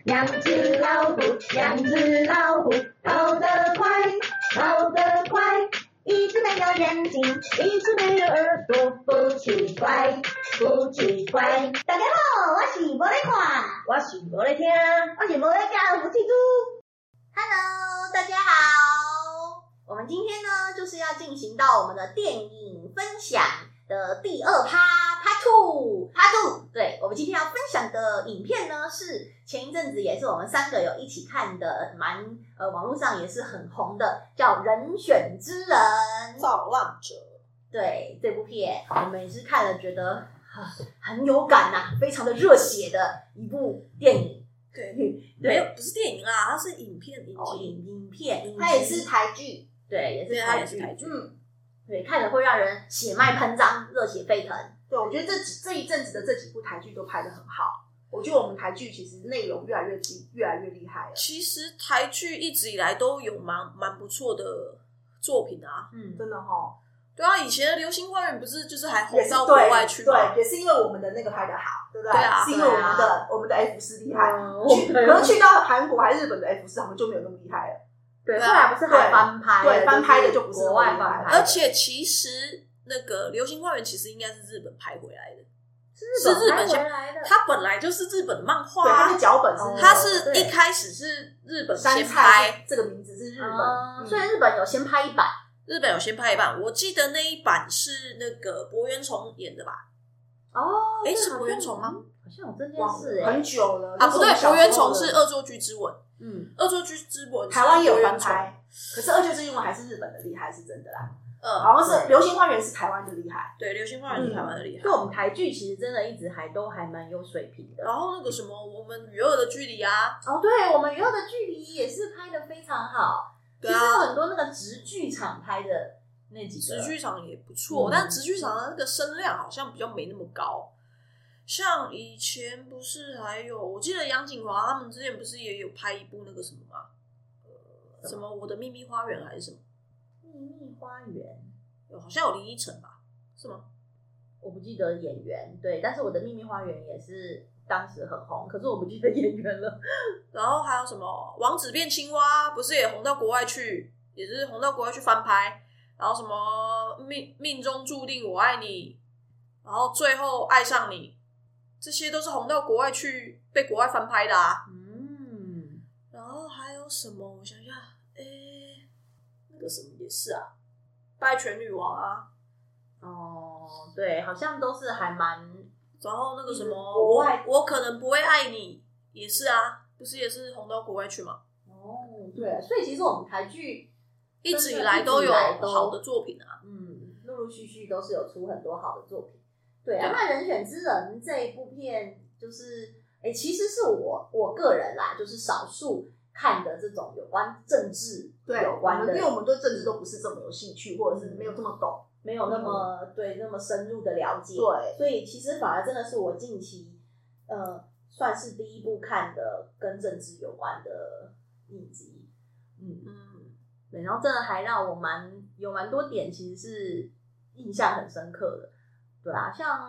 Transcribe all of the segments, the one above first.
两只老虎，两只老虎，跑得快，跑得快。一只没有眼睛，一只没有耳朵，不奇怪，不奇怪。大家好，我是无咧看， 我是无咧听， 我是无咧教福气猪。 Hello， 大家好。我们今天呢，就是要进行到我们的电影分享的第2趴 Part 2。对，我们今天要分享的影片呢，是前一阵子也是我们3个有一起看的，网络上也是很红的，叫《人选之人》 造浪者。 对，这部片我们也是看了，觉得很有感呐，非常的热血的一部电影。 对，没有，不是电影啦，它是影片， 影片， 它也是台剧， 对，也是它也是台剧。 对，看了会让人血脉喷张，热血沸腾。 对，我觉得这一阵子的这几部台剧都拍得很好。我觉得我们台剧其实内容越来越厉害了。 其实台剧一直以来都有蛮不错的作品啊。 真的齁。 对啊，以前的《流星花园》不是就是还红到国外去吗？ 对，也是因为我们的那个拍得好，对不对？ 对啊， 是因为我们的 F4 厉害。可能去到韩国还是日本的 F4 好像就没有那么厉害了。 对，后来不是还翻拍？ 对，翻拍的就不是国外翻拍。 而且其实那个《流星花园》其实应该是日本拍回来的。 是日本先来的， 它本来就是日本漫画， 对，它的脚本是它是一开始是日本先拍， 这个名字是日本， 所以日本有先拍一版， 我记得那一版是那个柏原崇演的吧？ 哦， 是柏原崇吗？ 好像有这件事很久了啊，不对，柏原崇是《恶作剧之吻》，恶作剧之吻台湾也有翻拍，可是《恶作剧之吻》还是日本的厉害，是真的啦。好像是《流星花园》是台湾的厉害， 对，《流星花园》是台湾的厉害。 所以我们台剧其实真的一直都还蛮有水平的。 然后那个什么，我们与恶的距离啊， 对，我们与恶的距离也是拍的非常好。 对啊， 其实有很多那个直剧场拍的那几个， 直剧场也不错，但直剧场的那个声量好像比较没那么高。像以前不是还有，我记得杨景华他们之前不是也有拍一部那个什么吗？什么我的秘密花园还是什么？ 秘密花园好像有林依晨吧？是吗？ 我不记得演员，对，但是我的秘密花园也是当时很红，可是我不记得演员了。 然后还有什么王子变青蛙，不是也红到国外去，也是红到国外去翻拍。然后什么命中注定我爱你，然后最后爱上你，这些都是红到国外去被国外翻拍的啊。然后还有什么？我想一下，那个什么也是啊，拜权女王啊。 对，好像都是还蛮。 然后那个什么，我可能不会爱你，也是啊，不是也是红到国外去吗？ 对，所以其实我们台剧一直以来都有好的作品啊， 陆陆续续都是有出很多好的作品。对啊，那《人选之人》这一部片，就是其实是我个人啦，就是少数看的这种有关政治有关的， 因为我们对政治都不是这么有兴趣，或者是没有这么懂， 没有那么那么深入的了解， 对， 所以其实反而真的是我近期算是第一部看的跟政治有关的影集。对，然后真的还让我有蛮多点其实是印象很深刻的。对啊，像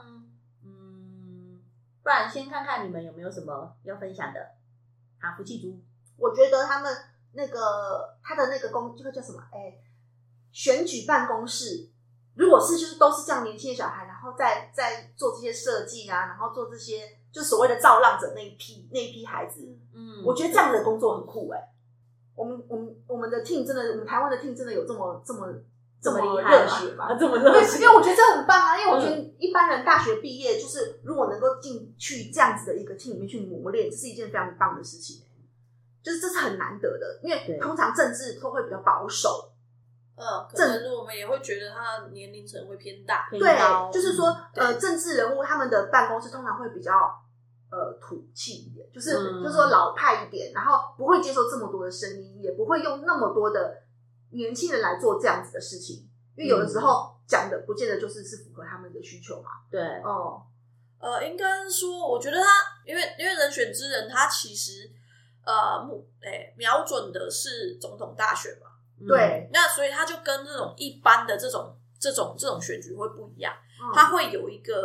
不然先看看你们有没有什么要分享的福气猪。 我觉得他的那个这个叫什么选举办公室，如果是就是都是这样年轻的小孩，然后再做这些设计啊，然后做这些就所谓的造浪者那一批孩子，我觉得这样的工作很酷我们的 team 真的，我们台湾的 team 真的有这么厉害热血吗？ 这么热血， 因为我觉得这很棒啊！因为我觉得一般人大学毕业，就是如果能够进去这样子的一个 team 里面去磨练，这是一件非常棒的事情就是这是很难得的，因为通常政治都会比较保守， 可能我们也会觉得他年龄层会偏大， 对，就是说政治人物他们的办公室通常会比较土气一点，就是说老派一点，然后不会接受这么多的声音，也不会用那么多的年轻人来做这样子的事情，因为有的时候讲的不见得就是符合他们的需求嘛。 对， 应该是说，我觉得他因为人选之人，他其实瞄准的是总统大选嘛， 对， 那所以他就跟这种一般的这种选举会不一样，他会有一个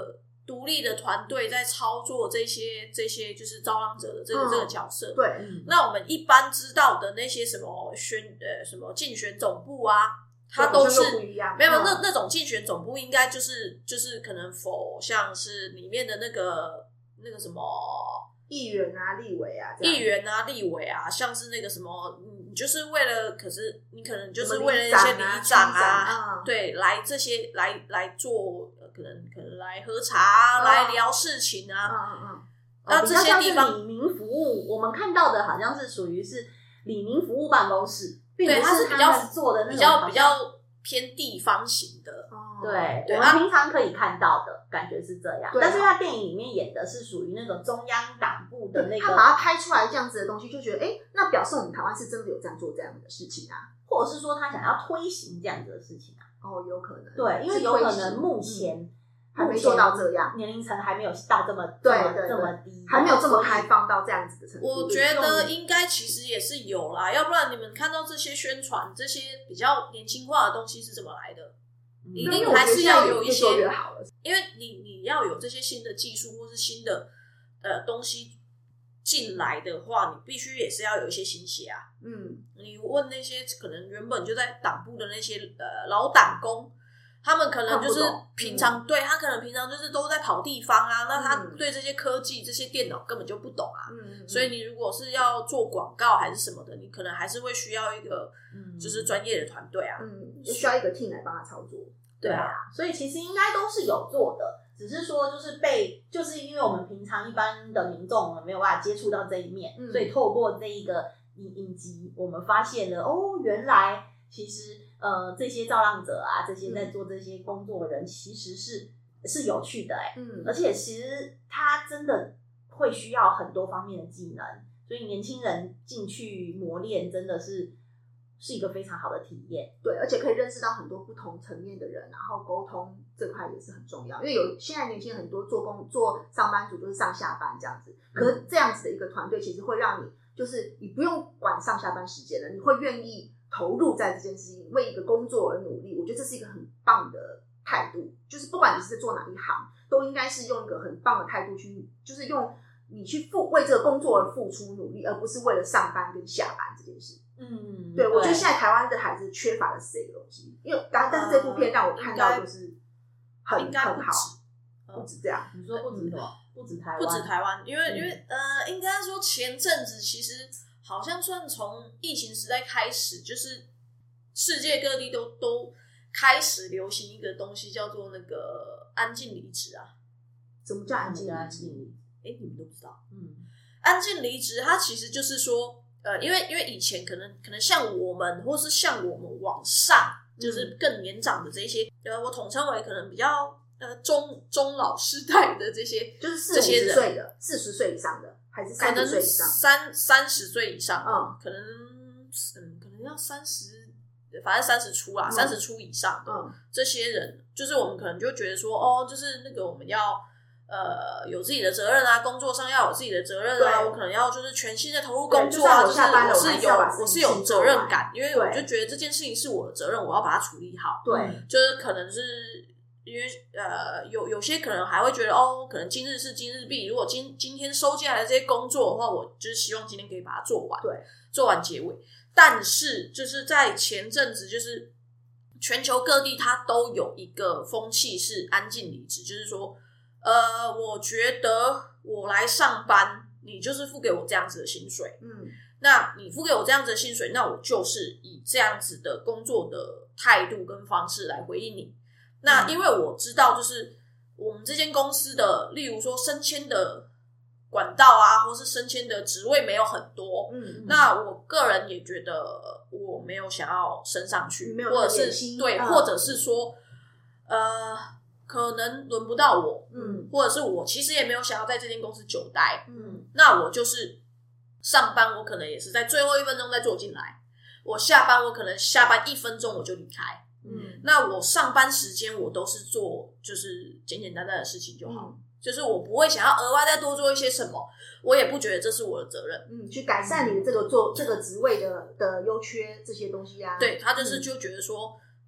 独立的团队在操作这些就是造浪者的这个角色。 对， 那我们一般知道的那些什么什么竞选总部啊，它都是不一样。 没有那种竞选总部应该就是可能像是里面的那个什么议员啊、立委啊， 像是那个什么，你就是为了，你可能就是为了那些里长啊，对，来这些来做，可能来喝茶、来聊事情啊， 那这些地方李明服务，我们看到的好像是属于是李明服务办公室，并不是他们做的那种比较偏地方型的。 对，我们平常可以看到的感觉是这样，但是他电影里面演的是属于那种中央党部的那个， 他把它拍出来这样子的东西，就觉得那表示我们台湾是真的有这样做这样的事情啊， 或者是说他想要推行这样子的事情啊。 有可能， 对，因为有可能目前还没做到这样， 年龄层还没有到这么低， 还没有这么开放到这样子的程度。 我觉得应该其实也是有啦，要不然你们看到这些宣传，这些比较年轻化的东西是怎么来的？一定还是要有一些，因为你要有这些新的技术或是新的东西进来的话，你必须也是要有一些新血啊。你问那些可能原本就在党部的那些老党工，他们可能就是平常对他可能平常就是都在跑地方啊，那他对这些科技这些电脑根本就不懂啊。所以你如果是要做广告还是什么的，你可能还是会需要一个就是专业的团队啊， 就需要一个 team 来帮他操作。 对啊，所以其实应该都是有做的，只是说就是因为我们平常一般的民众我们没有办法接触到这一面，所以透过这一个影集，我们发现了原来其实这些造浪者啊，这些在做这些工作的人，其实是有趣的而且其实他真的会需要很多方面的技能，所以年轻人进去磨练真的是一个非常好的体验。 对，而且可以认识到很多不同层面的人，然后沟通这块也是很重要。因为现在年轻人很多做上班族都是上下班这样子，可是这样子的一个团队其实会让你就是你不用管上下班时间了，你会愿意投入在这件事情，为一个工作而努力。我觉得这是一个很棒的态度，就是不管你是做哪一行，都应该是用一个很棒的态度去，就是用你去为这个工作而付出努力，而不是为了上班跟下班这件事。对，我觉得现在台湾的孩子缺乏的是这个东西，因为但是这部片让我看到就是很好，不止这样。 你说不止什么？不止台湾， 不止台湾，因为应该说前阵子其实好像算从疫情时代开始，就是世界各地都开始流行一个东西，叫做那个安静离职啊。 什么叫安静离职？ 你们都不知道。安静离职，它其实就是说。因为以前可能像我们，或是像我们往上，就是更年长的这些，我统称为可能比较中老世代的这些， 就是40岁的，40岁以上的，还是30岁以上 ，30岁以上，可能要30，反正30出啦，30出以上的这些人，就是我们可能就觉得说，就是那个我们要。有自己的责任啊，工作上要有自己的责任啊，我可能要就是全心的投入工作啊，就是我是有责任感，因为我就觉得这件事情是我的责任，我要把它处理好。 对， 就是可能是因为有些可能还会觉得可能今日事今日毕，如果今天收进来的这些工作的话，我就是希望今天可以把它做完， 对， 做完结尾。但是就是在前阵子，就是全球各地它都有一个风气是安静离职，就是说。我觉得我来上班，你就是付给我这样子的薪水，那你付给我这样子的薪水，那我就是以这样子的工作的态度跟方式来回应你。那因为我知道，就是我们这间公司的，例如说升迁的管道啊，或是升迁的职位没有很多，那我个人也觉得我没有想要升上去，或者是对，或者是说，可能轮不到我，或者是我其实也没有想要在这间公司久待，那我就是上班，我可能也是在最后1分钟再坐进来，我下班我可能下班1分钟我就离开，那我上班时间我都是做就是简简单单的事情就好，就是我不会想要额外再多做一些什么，我也不觉得这是我的责任， 去改善你的这个做这个职位的优缺这些东西啊， 对，他就觉得说。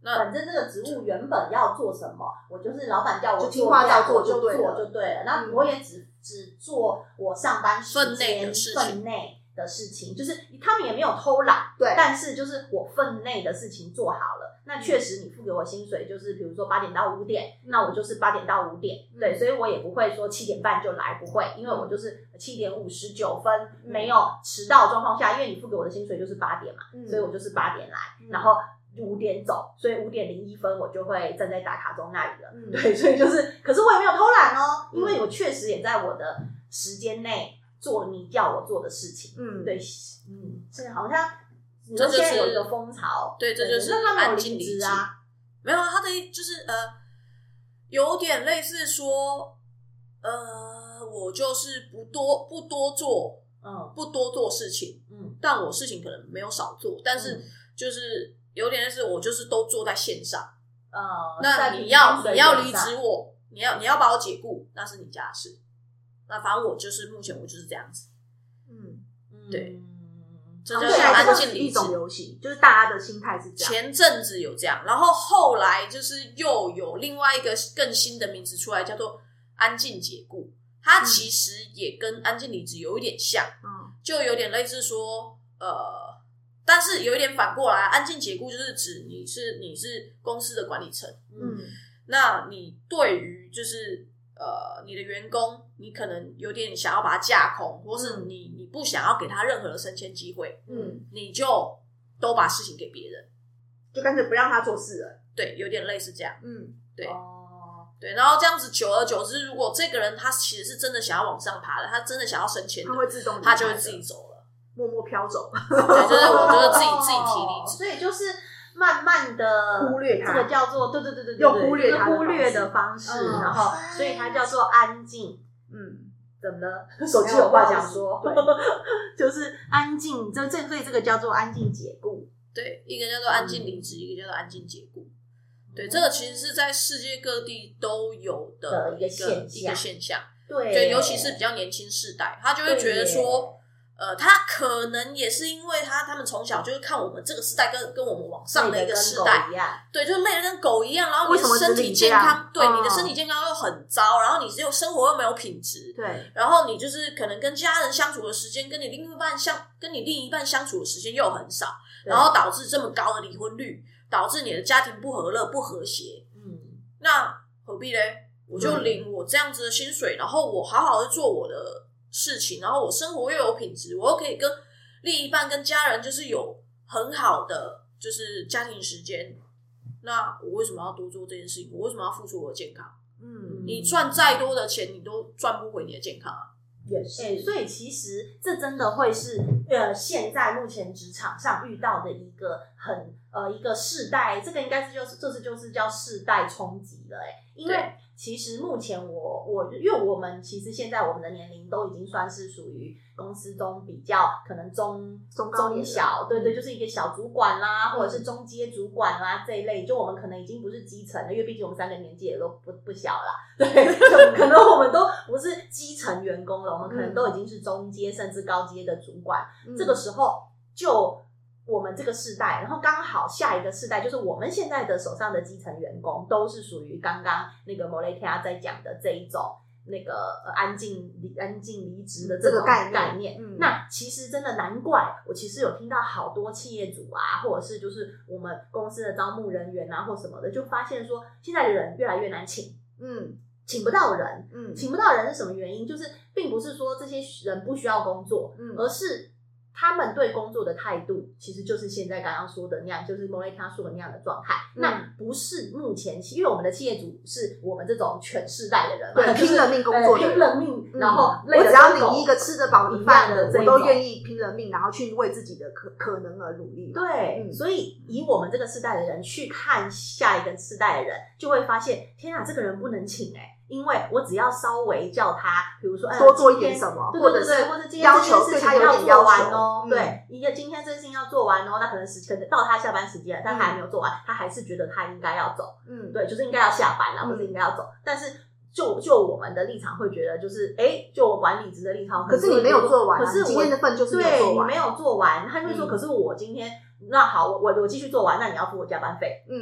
反正这个职务原本要做什么，我就是老板叫我做， 就听话照做就对了， 就对了。那我也只做我上班时间分内的事情，就是他们也没有偷懒， 对， 但是就是我分内的事情做好了。那确实你付给我薪水就是比如说8点到5点，那我就是8点到5点，对，所以我也不会说7点半就来，不会，因为我就是7点59分没有迟到的状况下，因为你付给我的薪水就是8点嘛，所以我就是8点来，然后5点走，所以5点01分我就会站在打卡钟那里了，对，所以就是，可是我也没有偷懒哦，因为我确实也在我的时间内做你叫我做的事情，对，这好像你说现在有一个风潮， 对，这就是安静离职啊，没有，他的就是有点类似说，我就是不多做事情，但我事情可能没有少做，但是就是有点类似我就是都做在线上，那你要离职我，你要把我解雇，那是你家的事，那反正我就是目前我就是这样子，对，这就是安静离职一种流行，就是大家的心态是这样。 前阵子有这样，然后后来就是又有另外一个更新的名词出来，叫做安静解雇。它其实也跟安静离职有一点像，就有点类似说，但是有一点反过来，安静解雇就是指你是公司的管理层，那你对于就是你的员工，你可能有点想要把他架空，或是你不想要给他任何的升迁机会，你就都把事情给别人， 就干脆不让他做事了。 对，有点类似这样。对。对，然后这样子久而久之，如果这个人他其实是真的想要往上爬的，他真的想要升迁的， 他会自动， 他就会自己走了， 默默飘走。 对，就是我就是自己提离职， 所以就是慢慢的忽略他， 这个叫做对， 用忽略他忽略的方式，然后所以它叫做安静。怎么了？手机有话讲说，就是安静，所以这个叫做安静解雇。 对，一个叫做安静离职，一个叫做安静解雇。对，这个其实是在世界各地都有的一个现象。对，尤其是比较年轻世代，他就会觉得说，他可能也是因为他们从小就是看我们这个世代跟我们往上的一个世代，对，就累得跟狗一样，然后你的身体健康，对，你的身体健康又很糟，然后你只有生活又没有品质， 对， 然后你就是可能跟家人相处的时间，跟你另一半相处的时间又很少，然后导致这么高的离婚率。导致你的家庭不和乐、不和谐，那何必嘞？我就领我这样子的薪水，然后我好好的做我的事情，然后我生活又有品质，我又可以跟另一半、跟家人就是有很好的就是家庭时间。那我为什么要多做这件事情？我为什么要付出我的健康？你赚再多的钱，你都赚不回你的健康啊。 也是，所以其实这真的会是现在目前职场上遇到的一个一个世代，这个应该是就是叫世代冲击了因为其实目前因为我们其实现在我们的年龄都已经算是属于公司中比较可能中小，对，就是一个小主管啦，或者是中阶主管啦这一类，就我们可能已经不是基层了，因为毕竟我们3个年纪也都不小啦，对，就可能我们都不是基层员工了，我们可能都已经是中阶甚至高阶的主管，这个时候就我们这个世代，然后刚好下一个世代就是我们现在的手上的基层员工都是属于刚刚那个 Moletia 在讲的这一种那个安静离职的这个概念。那其实真的难怪，我其实有听到好多企业主啊，或者是就是我们公司的招募人员啊或什么的，就发现说现在的人越来越难请，请不到人，请不到人是什么原因？就是并不是说这些人不需要工作，而是他们对工作的态度其实就是现在刚刚说的那样，就是 Moletia 说的那样的状态。那不是目前，因为我们的企业主是我们这种全世代的人嘛， 对，拼了命工作的人，拼了命，然后我只要领一个吃得饱的饭的，我都愿意拼了命，然后去为自己的可能而努力。 对，所以以我们这个世代的人去看下一个世代的人，就会发现，天啊，这个人不能请因为我只要稍微叫他，比如说多做一点什么， 或者今天这件事情要做完哦，对，一个今天这件事情要做完哦，那可能到他下班时间了，但他还没有做完，他还是觉得他应该要走，对，就是应该要下班啦，或者应该要走，但是就我们的立场会觉得就是就我管理职的立场， 可是你没有做完，可是今天的份就是没有做完， 对，你没有做完，他就会说，可是我今天那好，我继续做完，那你要付我加班费，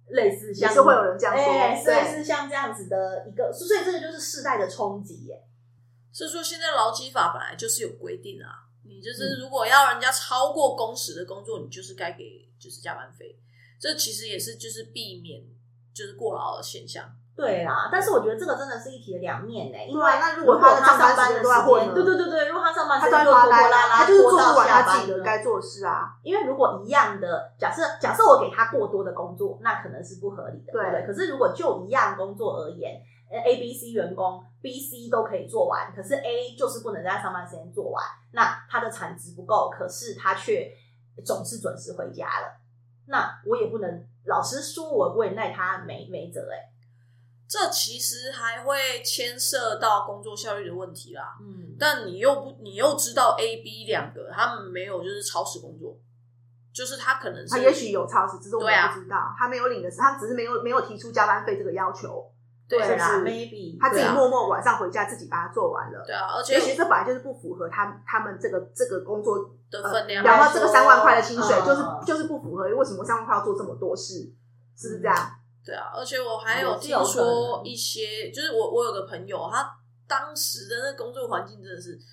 类似像也是会有人这样说， 类似像这样子的一个，所以这个就是世代的冲击耶。 是说现在劳基法本来就是有规定啊，你就是如果要人家超过工时的工作，你就是该给就是加班费，这其实也是就是避免就是过劳的现象。 对啦，但是我觉得这个真的是一体的两面因为那如果他上班的时间，对，如果他上班时间就拖拖拉拉， 他就是做不完他他自己的该做的事啊。 因为如果一样的，假设我给他过多的工作，那可能是不合理的，对不对？可是如果就一样工作而言，A、B、C 员工 B、C 都可以做完，可是 A 就是不能在上班时间做完，那他的产值不够，可是他却总是准时回家了，那我也不能，老实说，我不会奈他没辙这其实还会牵涉到工作效率的问题啦。但你又知道 A、B 两个他们没有就是超时工作，就是他可能是他也许有超时，只是我们不知道，他没有领的时候，他只是没有提出加班费这个要求。 对啦 ，maybe 他自己默默晚上回家自己把它做完了。 对啊，而且也许这本来就是不符合他们这个工作的分量。 然后这个3万块的薪水就是不符合，为什么3万块要做这么多事？是不是这样？ 对啊，而且我还有听说一些，就是我有个朋友，他当时的那工作环境真的是，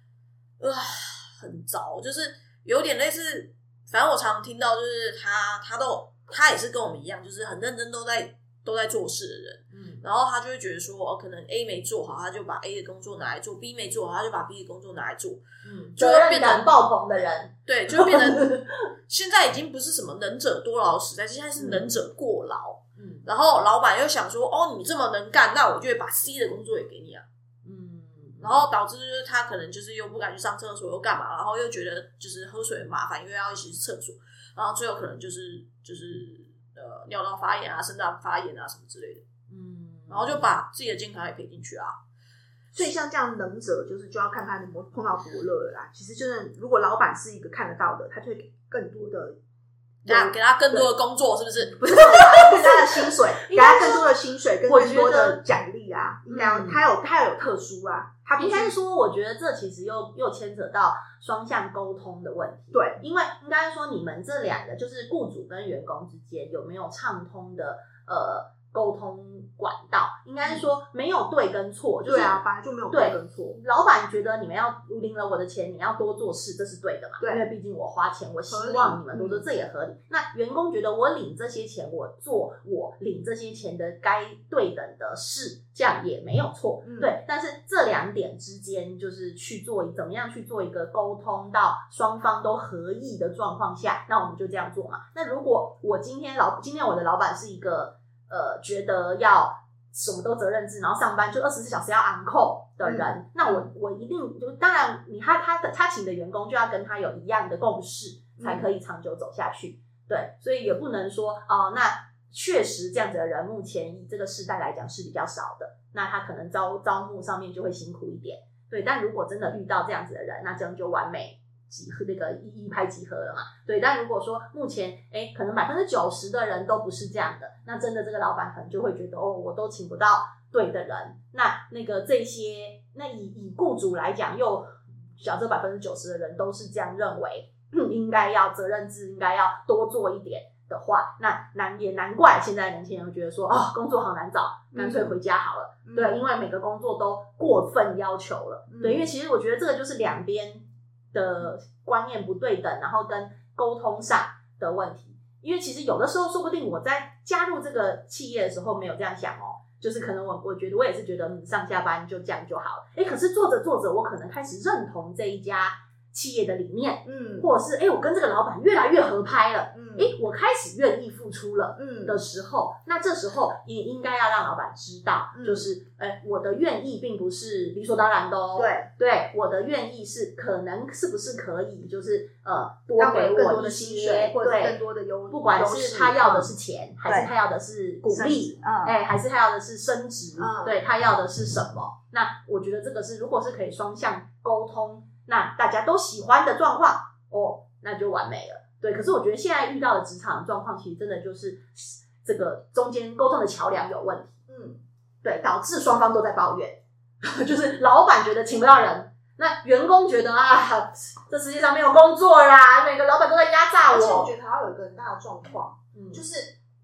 很糟，就是有点类似，反正我常听到，就是他也是跟我们一样，就是很认真都在做事的人，然后他就会觉得说，可能 A 没做好，他就把 A 的工作拿来做 ，B 没做好，他就把 B 的工作拿来做， 就会变成爆棚的人， 对，就会变成现在已经不是什么能者多劳的时代，现在是能者过劳。然后老板又想说，你这么能干，那我就会把 C 的工作也给你啊。然后导致就是他可能就是又不敢去上厕所，又干嘛，然后又觉得就是喝水很麻烦，因为要一起去厕所，然后最后可能就是尿道发炎啊、肾脏发炎啊什么之类的。然后就把自己的健康也赔进去啊。 所以像这样能者，就要看他能不能碰到伯乐了啦。其实就是如果老板是一个看得到的，他就会给更多的。 给他更多的工作，是不是？ 不是更他的薪水，给他更多的薪水，跟更多的奖励啊！应该他有特殊啊，他应该说，我觉得这其实又牵扯到双向沟通的问题。 对， 因为应该说你们这两个就是雇主跟员工之间有没有畅通的沟通管道，应该是说没有对跟错，就是对啊，反正就没有对跟错。 老板觉得你们要领了我的钱，你要多做事，这是对的嘛？ 对， 因为毕竟我花钱，我希望你们多做，这也合理。那员工觉得我领这些钱，我做我领这些钱的该对等的事，这样也没有错。对，但是这两点之间，就是怎么样去做一个沟通到双方都合意的状况下，那我们就这样做嘛。那如果我今天我的老板是一个觉得要什么都责任制，然后上班就24小时要 on call 的人，那我一定就当然他请的员工就要跟他有一样的共识，才可以长久走下去。对，所以也不能说那确实这样子的人目前以这个世代来讲是比较少的，那他可能招募上面就会辛苦一点。对，但如果真的遇到这样子的人，那这样就完美那个一拍即合了嘛。对，但如果说目前可能90%的人都不是这样的，那真的这个老板可能就会觉得我都请不到对的人，那个这些那以雇主来讲，又假设90%的人都是这样认为，应该要责任制，应该要多做一点的话，那也难怪现在年轻人会觉得说工作好难找，干脆回家好了。对，因为每个工作都过分要求了。对，因为其实我觉得这个就是两边的观念不对等，然后跟沟通上的问题。因为其实有的时候说不定我在加入这个企业的时候没有这样想就是可能我觉得我也是觉得上下班就这样就好了。可是做着做着我可能开始认同这一家企业的理念，或者是我跟这个老板越来越合拍了，我开始愿意付出了的时候，那这时候也应该要让老板知道，就是我的愿意并不是理所当然的对，我的愿意是可能是不是可以就是多给我一些， 或者更多的优， 不管是他要的是钱，还是他要的是鼓励，还是他要的是升职，对，他要的是什么？那我觉得这个是如果是可以双向沟通，那大家都喜欢的状况那就完美了。对，可是我觉得现在遇到的职场状况，其实真的就是这个中间沟通的桥梁有问题。对，导致双方都在抱怨，就是老板觉得请不到人，那员工觉得这世界上没有工作啦，每个老板都在压榨我。 而且我觉得还要有一个很大的状况，就是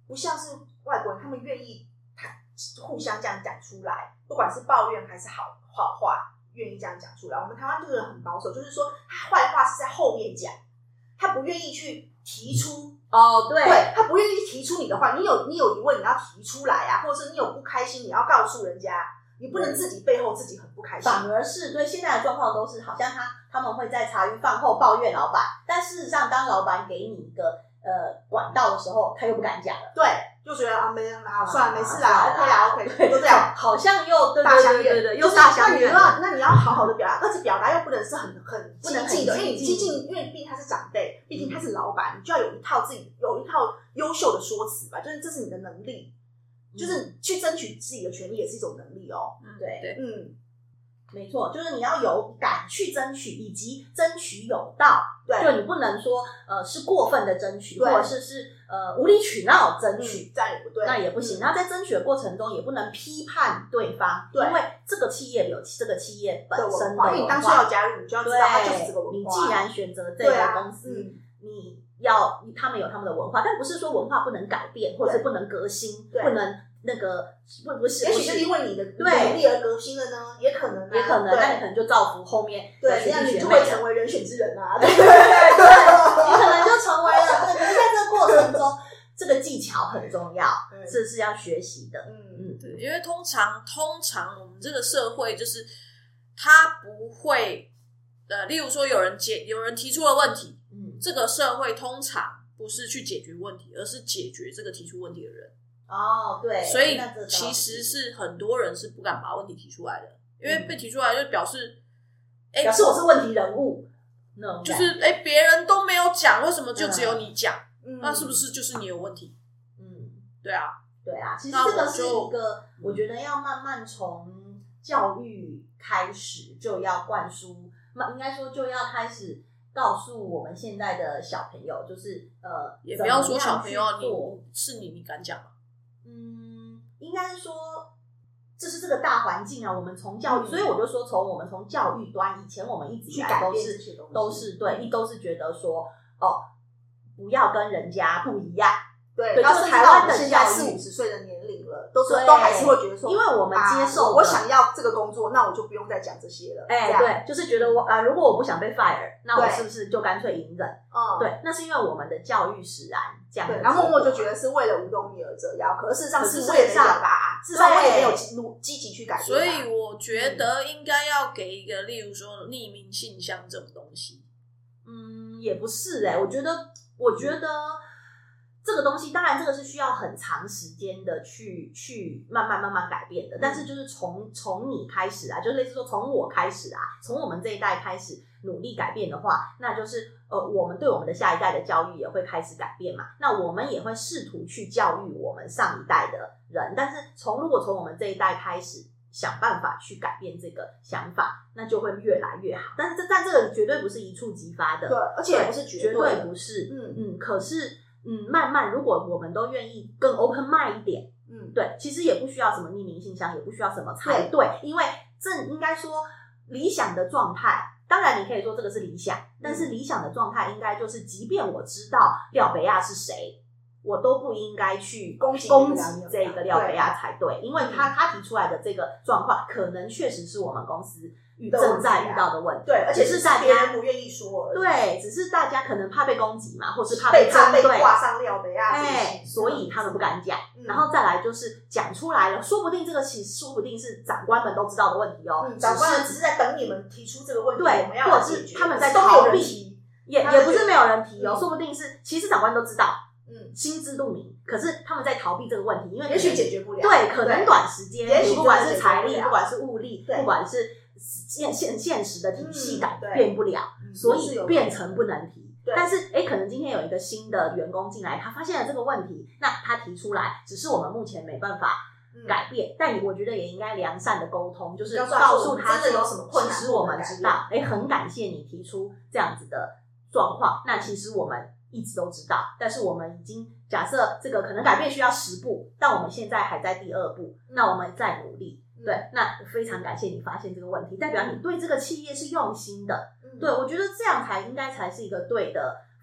不像是外国人，他们愿意互相这样讲出来，不管是抱怨还是好话，愿意这样讲出来。我们台湾这个人很保守，就是说他坏话是在后面讲，他不愿意去提出。对，他不愿意提出你的话，你有疑问你要提出来啊，或者是你有不开心你要告诉人家，你不能自己背后自己很不开心。 反而是对现在的状况都是，好像他们会在茶余饭后抱怨老板，但事实上当老板给你一个管道的时候，他又不敢讲了。 对，就觉得没算了，没事啦 ，OK 啦 ，OK， 都这样， 好像又大相怨， 对，又大相怨。 那你要好好的表达，但是表达又不能是很激进的，因为你激进，因为毕竟他是长辈，毕竟他是老板，你就要有一套优秀的说辞吧，就是这是你的能力，就是去争取自己的权利也是一种能力哦。 对，没错，就是你要有敢去争取，以及争取有道。对，就你不能说是过分的争取，或者是无理取闹争取， 这样也不对， 那也不行。然后在争取的过程中，也不能批判对方，因为这个企业有这个企业本身的文化， 因为你当初要加入，你就要知道它就是这个文化。 你既然选择这个公司，你要他们有他们的文化，但不是说文化不能改变，或者不能革新，不能那个不是， 也许是因为你的努力而革新了呢，也可能， 那你可能就造福后面的学弟学妹， 对，你就会成为人选之人啊， 对，你可能就成为了。可是在这个过程中，这个技巧很重要，这是要学习的。 对，因为通常我们这个社会就是他不会例如说有人提出了问题，这个社会通常不是去解决问题，而是解决这个提出问题的人。 对， 所以其实是很多人是不敢把问题提出来的，因为被提出来就表示我是问题人物， 就是别人都没有讲，为什么就只有你讲？那是不是就是你有问题？对啊， 其实这个是一个我觉得要慢慢从教育开始就要灌输，应该说就要开始告诉我们现在的小朋友，就是也不要说小朋友，你敢讲吗？ 应该是说这是这个大环境啊，我们从教育，所以我就说我们从教育端，以前我们一直以来都是觉得说不要跟人家不一样。 对，就是台湾的现在40-50岁的年龄了，都还是会觉得说， 因为我们接受我想要这个工作，那我就不用再讲这些了。 对，就是觉得如果我不想被 fire， 那我是不是就干脆隐忍？对，那是因为我们的教育使然这样。 对，然后默默就觉得是为了五斗米而折腰，可是事实上是我也没表达，事实上我也没有积极去改变。 所以我觉得应该要给一个，例如说匿名信箱这种东西。 也不是我觉得这个东西，当然这个是需要很长时间的去慢慢改变的，但是就是从你开始啊，就类似说从我开始啊，从我们这一代开始努力改变的话，那就是我们对我们的下一代的教育也会开始改变嘛，那我们也会试图去教育我们上一代的人，但是如果从我们这一代开始想办法去改变这个想法，那就会越来越好，但这个绝对不是一触即发的， 对，而且也不是绝对不是，可是慢慢，如果我们都愿意更 open mind 一点，对，其实也不需要什么匿名信箱，也不需要什么才对，因为这应该说理想的状态，当然你可以说这个是理想，但是理想的状态应该就是，即便我知道廖北亚是谁，我都不应该去攻击这个廖北亚才对，因为他提出来的这个状况，可能确实是我们公司正在遇到的问题， 对，而且是别人不愿意说而已， 对，只是大家可能怕被攻击嘛，或是怕被针对， 挂上廖北亚， 所以他们不敢讲。然后再来就是讲出来了，说不定这个说不定是长官们都知道的问题长官只是在等你们提出这个问题， 对， 我们要或者是他们在逃避，也不是没有人提说不定是其实长官都知道。心知肚明，可是他们在逃避这个问题，因为也许解决不了， 对，可能短时间， 也许不管是财力，不管是物力，不管是现实的体系改变不了，所以变成不能提。但是可能今天有一个新的员工进来，他发现了这个问题，那他提出来，只是我们目前没办法改变，但我觉得也应该良善的沟通，就是告诉他真的有什么困难， 使我们知道，很感谢你提出这样子的状况，那其实我们一直都知道，但是我们已经假设这个可能改变需要10步，但我们现在还在第2步，那我们再努力。对，那非常感谢你发现这个问题，代表你对这个企业是用心的。对，我觉得这样才应该才是一个对的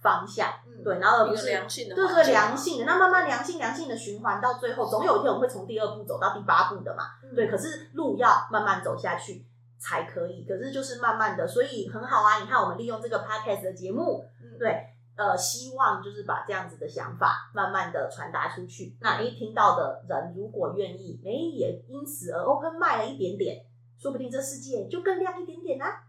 方向，对，然后而不是一个良性的， 对良性的，那慢慢良性的循环到最后，总有一天我们会从第2步走到第8步的嘛，对，可是路要慢慢走下去才可以，可是就是慢慢的，所以很好啊，你看我们利用这个 podcast 的节目，对。希望就是把这样子的想法慢慢的传达出去。那听到的人如果愿意，也因此而 open mind 了一点点，说不定这世界就更亮一点点啊。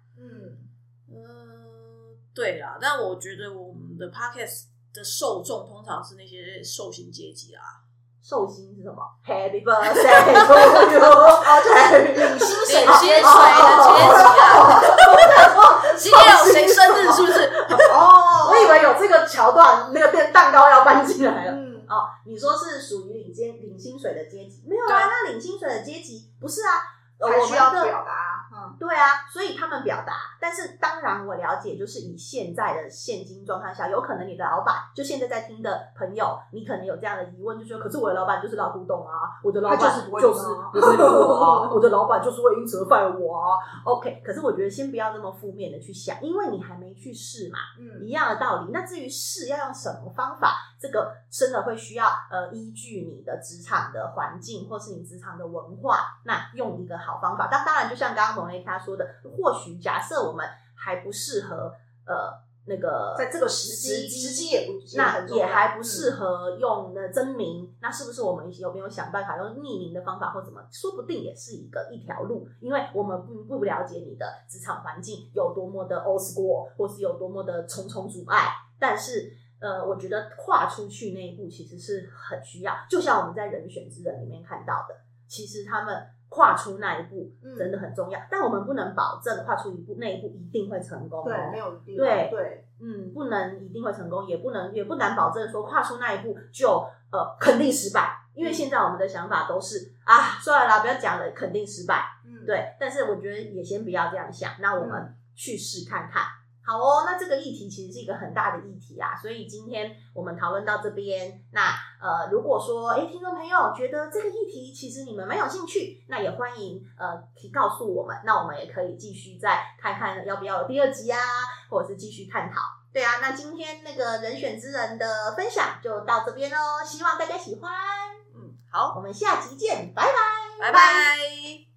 对啦，但我觉得我们的 podcast 的受众通常是那些受薪阶级啊。 寿星是什么 ？Happy birthday to you！ 哦，就是领薪水的阶级啊。今天有谁生日是不是？ 哦，我以为有这个桥段，那个变蛋糕要搬进来了。哦，你说是属于领薪水的阶级？没有啊，那领薪水的阶级不是啊， 还需要表达。 对啊，所以他们表达，但是当然我了解，就是以现在的现金状况下，有可能你的老板，就现在在听的朋友，你可能有这样的疑问，就说，可是我的老板就是老古董啊，我的老板就是不会理我啊，我的老板就是会因此而 fire 我啊。OK， 可是我觉得先不要这么负面的去想，因为你还没去试嘛，一样的道理。那至于试要用什么方法，这个真的会需要依据你的职场的环境，或是你职场的文化，那用一个好方法。当然，就像刚刚蒙雷他说的，或许假设我们还不适合那个在这个时机也不那也还不适合用真名，那是不是我们有没有想办法用匿名的方法或怎么，说不定也是一条路，因为我们不了解你的职场环境有多么的 old school， 或是有多么的重重阻碍，但是我觉得跨出去那一步其实是很需要，就像我们在人选之人里面看到的，其实他们跨出那一步真的很重要，但我们不能保证跨出那一步一定会成功， 对，没有一定， 对，不能一定会成功，也不难保证说跨出那一步就肯定失败，因为现在我们的想法都是算了啦，不要讲了，肯定失败，对，但是我觉得也先不要这样想，那我们去试看看。好哦，那这个议题其实是一个很大的议题啊，所以今天我们讨论到这边。那如果说听众朋友觉得这个议题其实你们蛮有兴趣，那也欢迎可以告诉我们，那我们也可以继续再看看要不要有第2集啊，或者是继续探讨。对啊，那今天那个人选之人的分享就到这边咯，希望大家喜欢。 好， 我们下集见，拜拜， 拜拜。